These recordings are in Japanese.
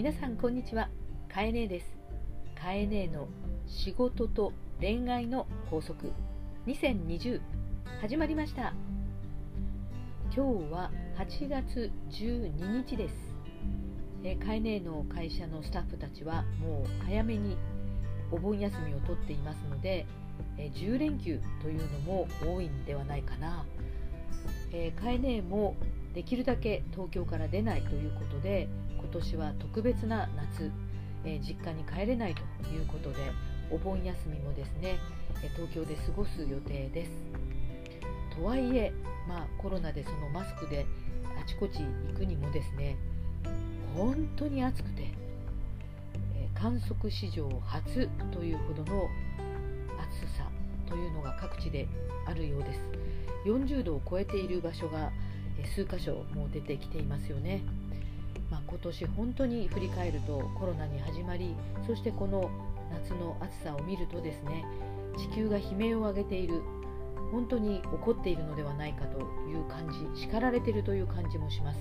皆さんこんにちは。かえねえです。かえねえの仕事と恋愛の法則2020始まりました。今日は8月12日です。かえねえの会社のスタッフたちはもう早めにお盆休みを取っていますので、10連休というのも多いんではないかな。かえねえもできるだけ東京から出ないということで、今年は特別な夏、実家に帰れないということで、お盆休みもですね、東京で過ごす予定です。とはいえ、コロナでそのマスクであちこち行くにもですね、本当に暑くて、観測史上初というほどの暑さというのが各地であるようです。40度を超えている場所が数カ所も出てきていますよね。今年本当に振り返るとコロナに始まり、そしてこの夏の暑さを見るとですね、地球が悲鳴を上げている、本当に怒っているのではないかという感じ、叱られているという感じもします。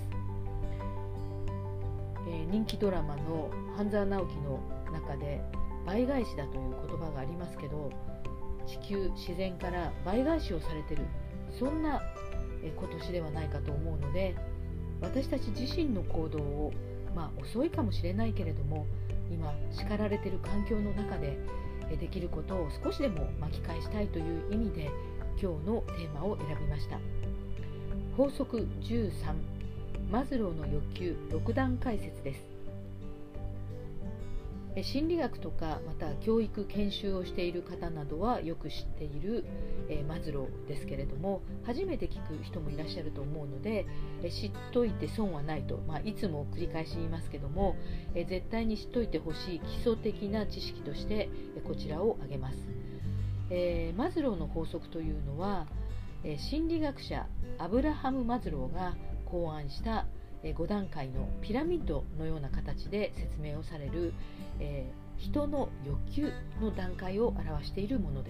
人気ドラマの半沢直樹の中で倍返しだという言葉がありますけど、地球自然から倍返しをされている、そんな今年ではないかと思うので、私たち自身の行動を、遅いかもしれないけれども、今叱られている環境の中でできることを少しでも巻き返したいという意味で、今日のテーマを選びました。法則13、マズローの欲求6段階説です。心理学とかまた教育研修をしている方などはよく知っているマズローですけれども、初めて聞く人もいらっしゃると思うので、知っといて損はないと、いつも繰り返し言いますけども、絶対に知っといてほしい基礎的な知識としてこちらを挙げます。マズローの法則というのは、心理学者アブラハム・マズローが考案した5段階のピラミッドのような形で説明をされる、人の欲求の段階を表しているものです。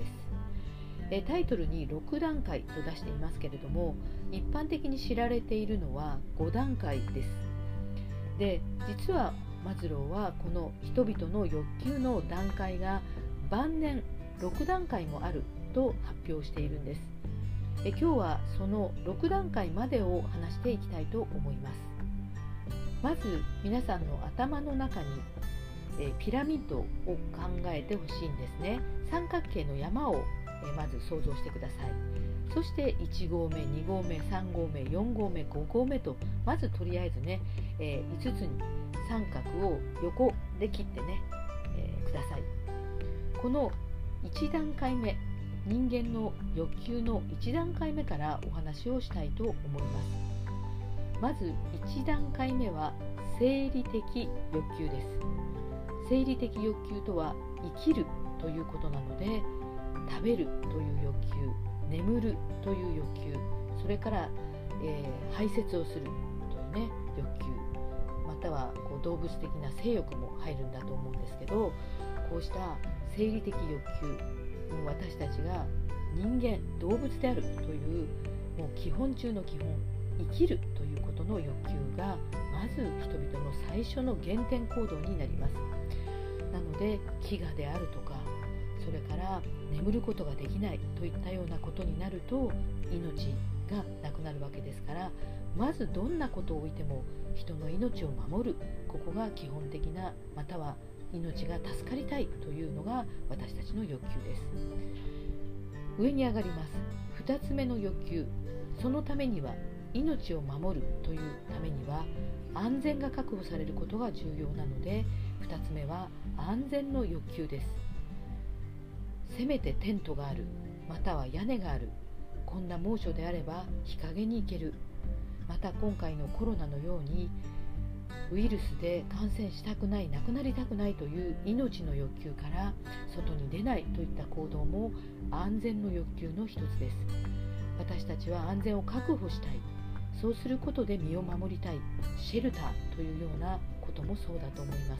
タイトルに6段階と出していますけれども、一般的に知られているのは5段階です。で、実はマズローはこの人々の欲求の段階が晩年6段階もあると発表しているんです。今日はその6段階までを話していきたいと思います。まず皆さんの頭の中にピラミッドを考えてほしいんですね。三角形の山をまず想像してください。そして1合目、2合目、3合目、4合目、5合目と、まずとりあえずね、5つに三角を横で切ってね、ください。この1段階目、人間の欲求の1段階目からお話をしたいと思います。まず1段階目は生理的欲求です。生理的欲求とは生きるということなので、食べるという欲求、眠るという欲求、それから、排泄をするというね欲求、または動物的な性欲も入るんだと思うんですけど、こうした生理的欲求、私たちが人間、動物であるというもう基本中の基本、生きるということの欲求がまず人々の最初の原点行動になります。なので飢餓であるとか、それから眠ることができないといったようなことになると命がなくなるわけですから、まずどんなことを置いても人の命を守る、ここが基本的な、または命が助かりたいというのが私たちの欲求です。上に上がります。2つ目の欲求、そのためには命を守るというためには安全が確保されることが重要なので、2つ目は安全の欲求です。せめてテントがある、または屋根がある、こんな猛暑であれば日陰に行ける、また今回のコロナのようにウイルスで感染したくない、亡くなりたくないという命の欲求から外に出ないといった行動も安全の欲求の一つです。私たちは安全を確保したい、そうすることで身を守りたい、シェルターというようなこともそうだと思います。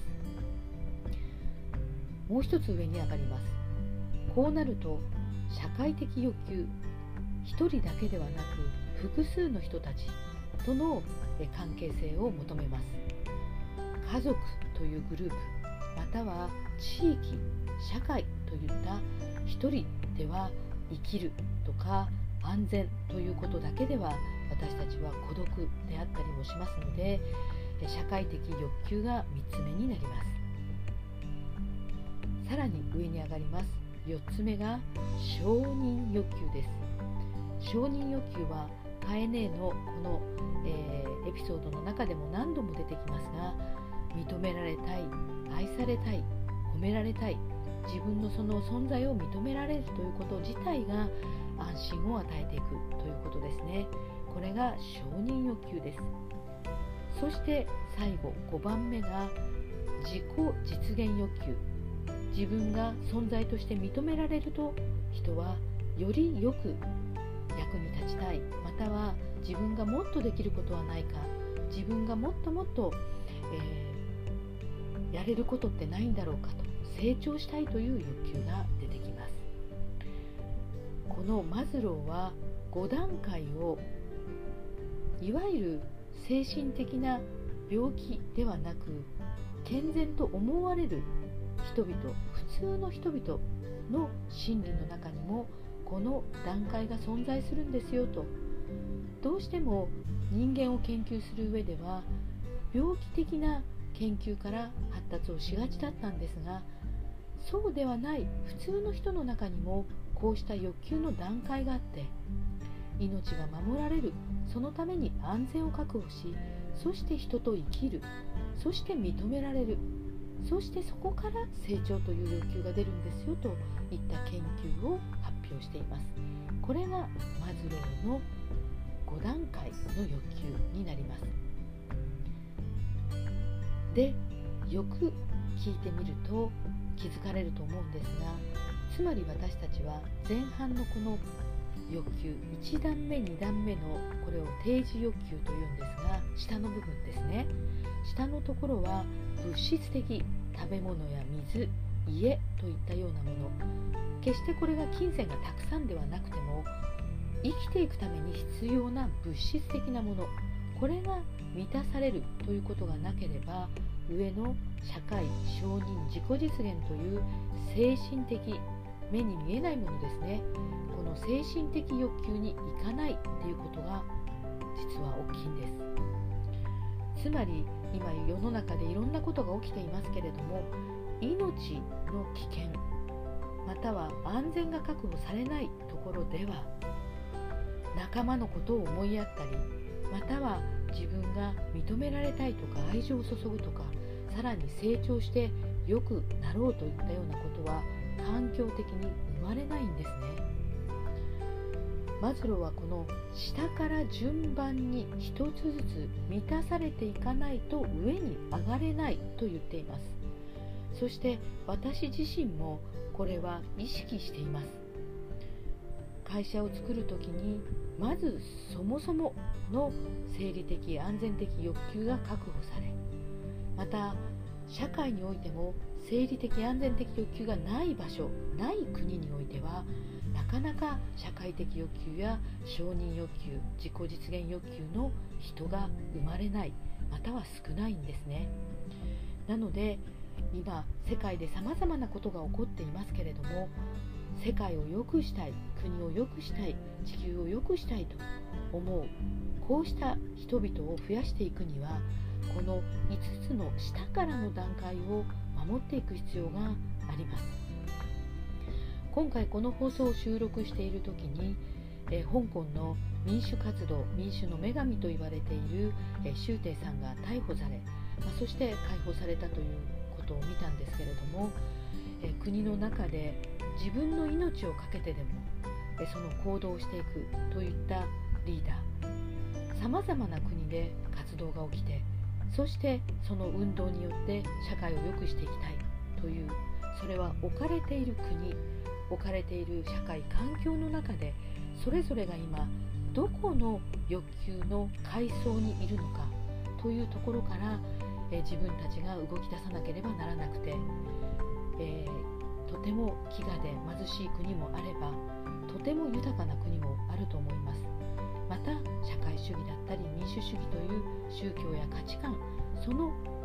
もう一つ上に上がります。こうなると社会的欲求、一人だけではなく複数の人たちとの関係性を求めます。家族というグループ、または地域、社会といった一人では生きるとか安全ということだけでは私たちは孤独であったりもしますので、社会的欲求が3つ目になります。さらに上に上がります。4つ目が承認欲求です。承認欲求はカエネのこの、エピソードの中でも何度も出てきますが、認められたい、愛されたい、褒められたい、自分のその存在を認められるということ自体が安心を与えていくということですね。これが承認欲求です。そして最後5番目が自己実現欲求。自分が存在として認められると、人はよりよく役に立ちたい、または自分がもっとできることはないか、自分がもっともっと、やれることってないんだろうかと成長したいという欲求が出てきます。このマズローは5段階をいわゆる精神的な病気ではなく、健全と思われる人々、普通の人々の心理の中にもこの段階が存在するんですよと。どうしても人間を研究する上では病気的な研究から発達をしがちだったんですが、そうではない普通の人の中にもこうした欲求の段階があって、命が守られる、そのために安全を確保し、そして人と生きる、そして認められる、そしてそこから成長という欲求が出るんですよといった研究を発表しています。これがマズローの5段階の欲求になります。で、よく聞いてみると気づかれると思うんですが、つまり私たちは前半のこの欲求、1段目2段目のこれを定時欲求というんですが、下の部分ですね。下のところは物質的、食べ物や水、家といったようなもの、決してこれが金銭がたくさんではなくても生きていくために必要な物質的なもの、これが満たされるということがなければ、上の社会、承認、自己実現という精神的、目に見えないものですね、この精神的欲求にいかないということが実は大きいんです。つまり今世の中でいろんなことが起きていますけれども、命の危険、または安全が確保されないところでは、仲間のことを思いやったり、または自分が認められたいとか愛情を注ぐとか、さらに成長して良くなろうといったようなことは環境的に生まれないんですね。マズローはこの下から順番に一つずつ満たされていかないと上に上がれないと言っています。そして私自身もこれは意識しています。会社を作るときにまずそもそもの生理的安全的欲求が確保され、また社会においても生理的安全的欲求がない場所、ない国においてはなかなか社会的欲求や承認欲求、自己実現欲求の人が生まれない、または少ないんですね。なので今世界でさまざまなことが起こっていますけれども、世界を良くしたい、国を良くしたい、地球を良くしたいと思う、こうした人々を増やしていくには、この5つの下からの段階を守っていく必要があります。今回この放送を収録している時に、香港の民主活動、民主の女神と言われている周庭さんが逮捕され、そして解放されたということを見たんですけれども、国の中で自分の命を懸けてでもその行動をしていくといったリーダー、さまざまな国で活動が起きて、そしてその運動によって社会を良くしていきたいという、それは置かれている国、置かれている社会環境の中で、それぞれが今どこの欲求の階層にいるのかというところから、自分たちが動き出さなければならなくて、とても飢餓で貧しい国もあれば、とても豊かな国もあると思います。また社会主義だったり民主主義という宗教や価値観、その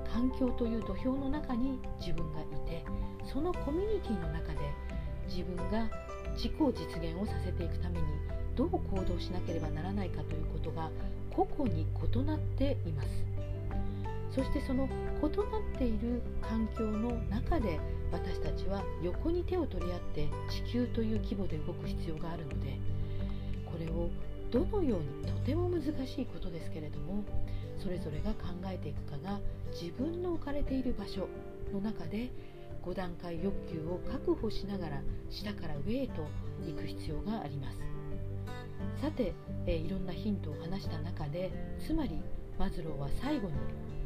環境という土俵の中に自分がいて、そのコミュニティの中で自分が自己実現をさせていくためにどう行動しなければならないかということが個々に異なっています。そしてその異なっている環境の中で私たちは横に手を取り合って地球という規模で動く必要があるので、これをどのように、とても難しいことですけれども、それぞれが考えていくかが自分の置かれている場所の中で5段階欲求を確保しながら下から上へと行く必要があります。さて、いろんなヒントを話した中で、つまりマズローは最後に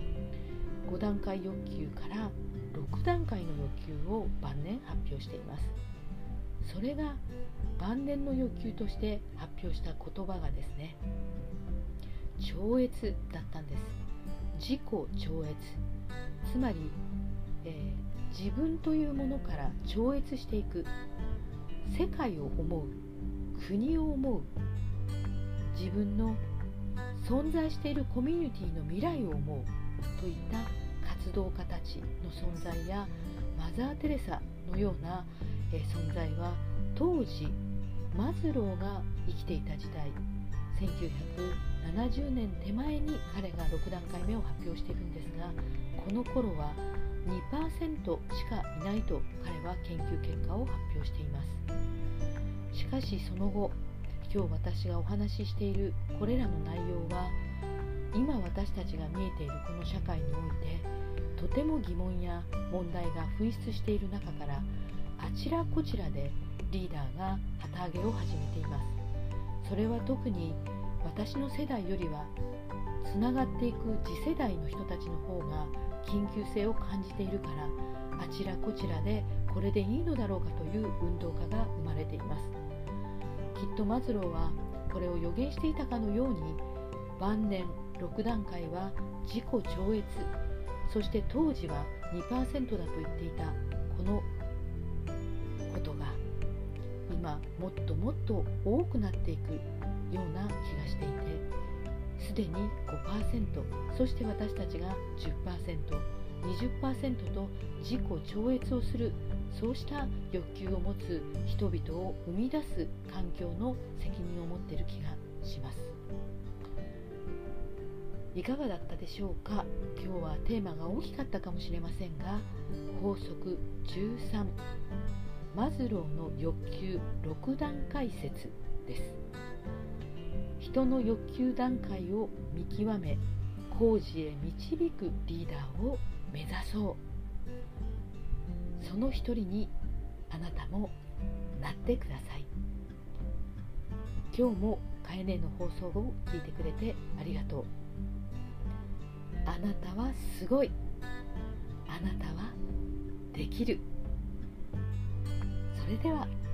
5段階欲求から6段階の欲求を晩年発表しています。それが晩年の欲求として発表した言葉がですね、超越だったんです。自己超越、つまり、自分というものから超越していく、世界を思う、国を思う、自分の存在しているコミュニティの未来を思うといった活動家たちの存在やマザー・テレサのような、存在は当時マズローが生きていた時代、1970年手前に彼が6段階目を発表しているんですが、この頃は 2% しかいないと彼は研究結果を発表しています。しかしその後、今日私がお話ししているこれらの内容は、今私たちが見えているこの社会においてとても疑問や問題が噴出している中から、あちらこちらでリーダーが旗揚げを始めています。それは特に私の世代よりはつながっていく次世代の人たちの方が緊急性を感じているから、あちらこちらでこれでいいのだろうかという運動家が生まれています。きっとマズローはこれを予言していたかのように、晩年6段階は自己超越、そして当時は 2% だと言っていたこのことが今もっともっと多くなっていくような気がしていて、すでに 5%、 そして私たちが 10%、20% と自己超越をする、そうした欲求を持つ人々を生み出す環境の責任を持っている気がします。いかがだったでしょうか。今日はテーマが大きかったかもしれませんが、法則13、マズローの欲求6段階説です。人の欲求段階を見極め、工事へ導くリーダーを目指そう。その一人にあなたもなってください。今日もカエネの放送を聞いてくれてありがとう。あなたはすごい。あなたはできる。それでは